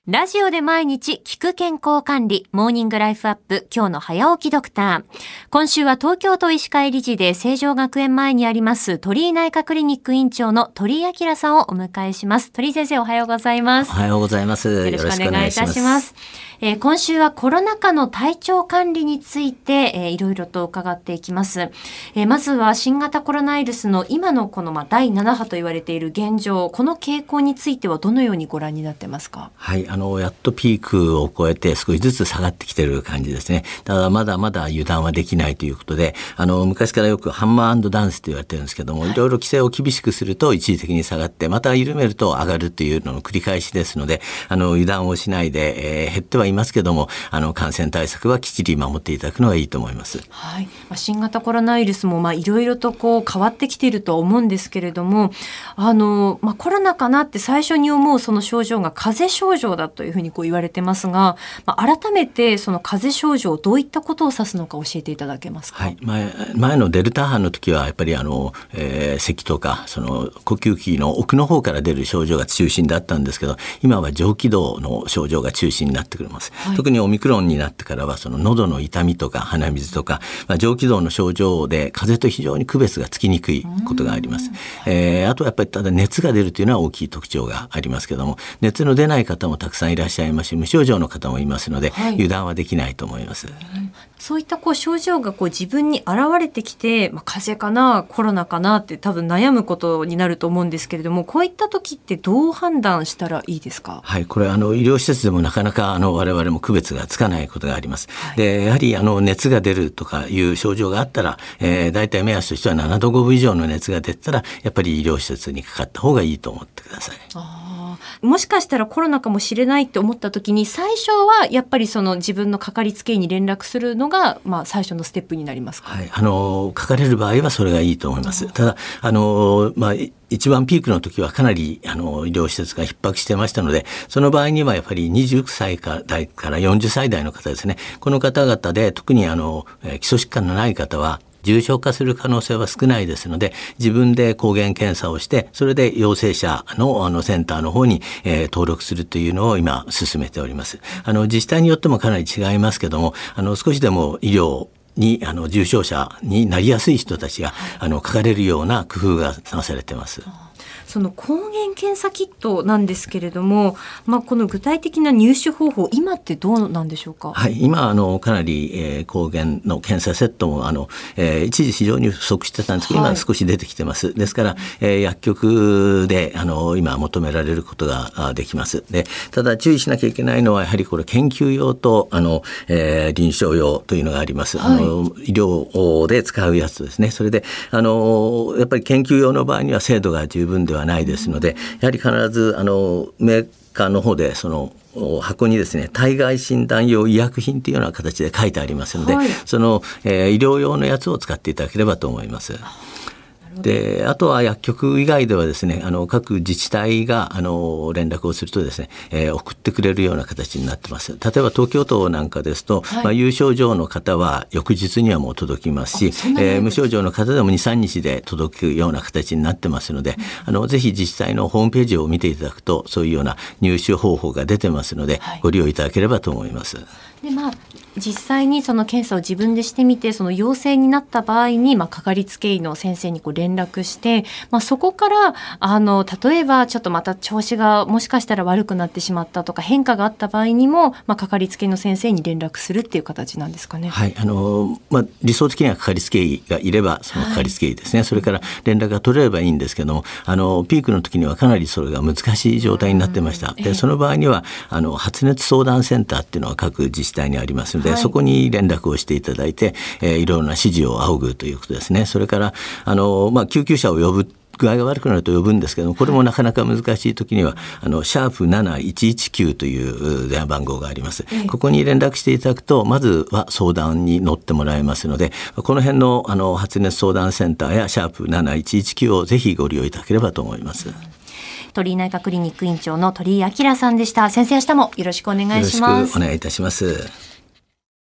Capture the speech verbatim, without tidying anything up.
ラジオで毎日聞く健康管理、モーニングライフアップ、今日の早起きドクター。今週は東京都医師会理事で成城学園前にあります鳥居内科クリニック院長の鳥居明さんをお迎えします。鳥居先生、おはようございます。 おはようございます。 よろしくお願いいたします。えー、今週はコロナ禍の体調管理について、えー、いろいろと伺っていきます。えー、まずは新型コロナウイルスの今のこの、まあ、だいなな波と言われている現状、この傾向についてはどのようにご覧になってますか？ はい、あのやっとピークを超えて少しずつ下がってきている感じですね。ただまだまだ油断はできないということで、あの昔からよくハンマー&ダンスと言われてるんですけども、はい、いろいろ規制を厳しくすると一時的に下がってまた緩めると上がるというのの繰り返しですので、あの油断をしないで、えー、減ってはいますけども、あの感染対策はきっちり守っていただくのがいいと思います。 はい、新型コロナウイルスもまあいろいろとこう変わってきていると思うんですけれども、あの、まあ、コロナかなって最初に思うその症状が風邪症状だというふうにこう言われてますが、まあ、改めてその風邪症状どういったことを指すのか教えていただけますか？ はい、前, 前のデルタ波の時はやっぱりあの、えー、咳とかその呼吸器の奥の方から出る症状が中心だったんですけど、今は上気道の症状が中心になってくれます。はい、特にオミクロンになってからはその喉の痛みとか鼻水とか、まあ、上気道の症状で風邪と非常に区別がつきにくいことがあります。えー、あとはやっぱりただ熱が出るというのは大きい特徴がありますけども、熱の出ない方もたくさんいらっしゃいますし、無症状の方もいますので、はい、油断はできないと思います。うん、 そういったこう症状がこう自分に現れてきて、まあ、風邪かなコロナかなって多分悩むことになると思うんですけれども、こういった時ってどう判断したらいいですか？ はい、これあの医療施設でもなかなかあの我々も区別がつかないことがあります。はい、でやはりあの熱が出るとかいう症状があったら、えー、大体目安としてはななどごぶ以上の熱が出たらやっぱり医療施設にかかった方がいいと思ってください。 あ、もしかしたらコロナかもしれないって思った時に最初はやっぱりその自分のかかりつけ医に連絡するのが、まあ、最初のステップになりますか？ はい、あのかかれる場合はそれがいいと思います。ただあの、まあ、一番ピークの時はかなりあの医療施設が逼迫してましたので、その場合にはやっぱりにじゅっさい代からよんじゅっさい代の方ですね、この方々で特にあの基礎疾患のない方は重症化する可能性は少ないですので、自分で抗原検査をしてそれで陽性者 の, あのセンターの方に、えー、登録するというのを今進めております。あの自治体によってもかなり違いますけども、あの少しでも医療にあの重症者になりやすい人たちがあのかかれるような工夫がなされています。 その抗原検査キットなんですけれども、まあ、この具体的な入手方法、今ってどうなんでしょうか？ はい、今あのかなり、えー、抗原の検査セットもあの、えー、一時非常に不足してたんですけど、はい、今少し出てきてます。ですから、えー、薬局であの今求められることができます。でただ注意しなきゃいけないのはやはりこれ研究用とあの、えー、臨床用というのがあります。はい、あの医療で使うやつですね。それであのやっぱり研究用の場合には精度が十分ではないですので、やはり必ずあのメーカーの方でその箱にですね、体外診断用医薬品というような形で書いてありますので、はい、その、えー、医療用のやつを使っていただければと思います。であとは薬局以外ではですね、あの各自治体があの連絡をするとですね、えー、送ってくれるような形になってます。例えば東京都なんかですと、はい、まあ、有症状の方は翌日にはもう届きますし、えー、無症状の方でも にさんにちで届くような形になってますので、うん、あのぜひ自治体のホームページを見ていただくとそういうような入手方法が出てますので、はい、ご利用いただければと思います。 で、まあ、実際にその検査を自分でしてみてその陽性になった場合に、まあ、かかりつけ医の先生にこう連絡して、まあ、そこからあの例えばちょっとまた調子がもしかしたら悪くなってしまったとか変化があった場合にも、まあ、かかりつけ医の先生に連絡するっていう形なんですかね？ はい、あのまあ、理想的にはかかりつけ医がいればそのかかりつけ医ですね、はい、それから連絡が取れればいいんですけども、あのピークの時にはかなりそれが難しい状態になってました。でその場合にはあの発熱相談センターっていうのは各自治体にありますので、はい、そこに連絡をしていただいて、えー、いろいろな指示を仰ぐということですね。それからあの、まあ、救急車を呼ぶ具合が悪くなると呼ぶんですけども、これもなかなか難しい時にはあのシャープなないちいちきゅうという電話番号があります。ここに連絡していただくとまずは相談に乗ってもらえますので、この辺のあの発熱相談センターやシャープなないちいちきゅうをぜひご利用いただければと思います。 鳥居内科クリニック院長の鳥居明さんでした。先生、明日もよろしくお願いします。 よろしくお願いいたします。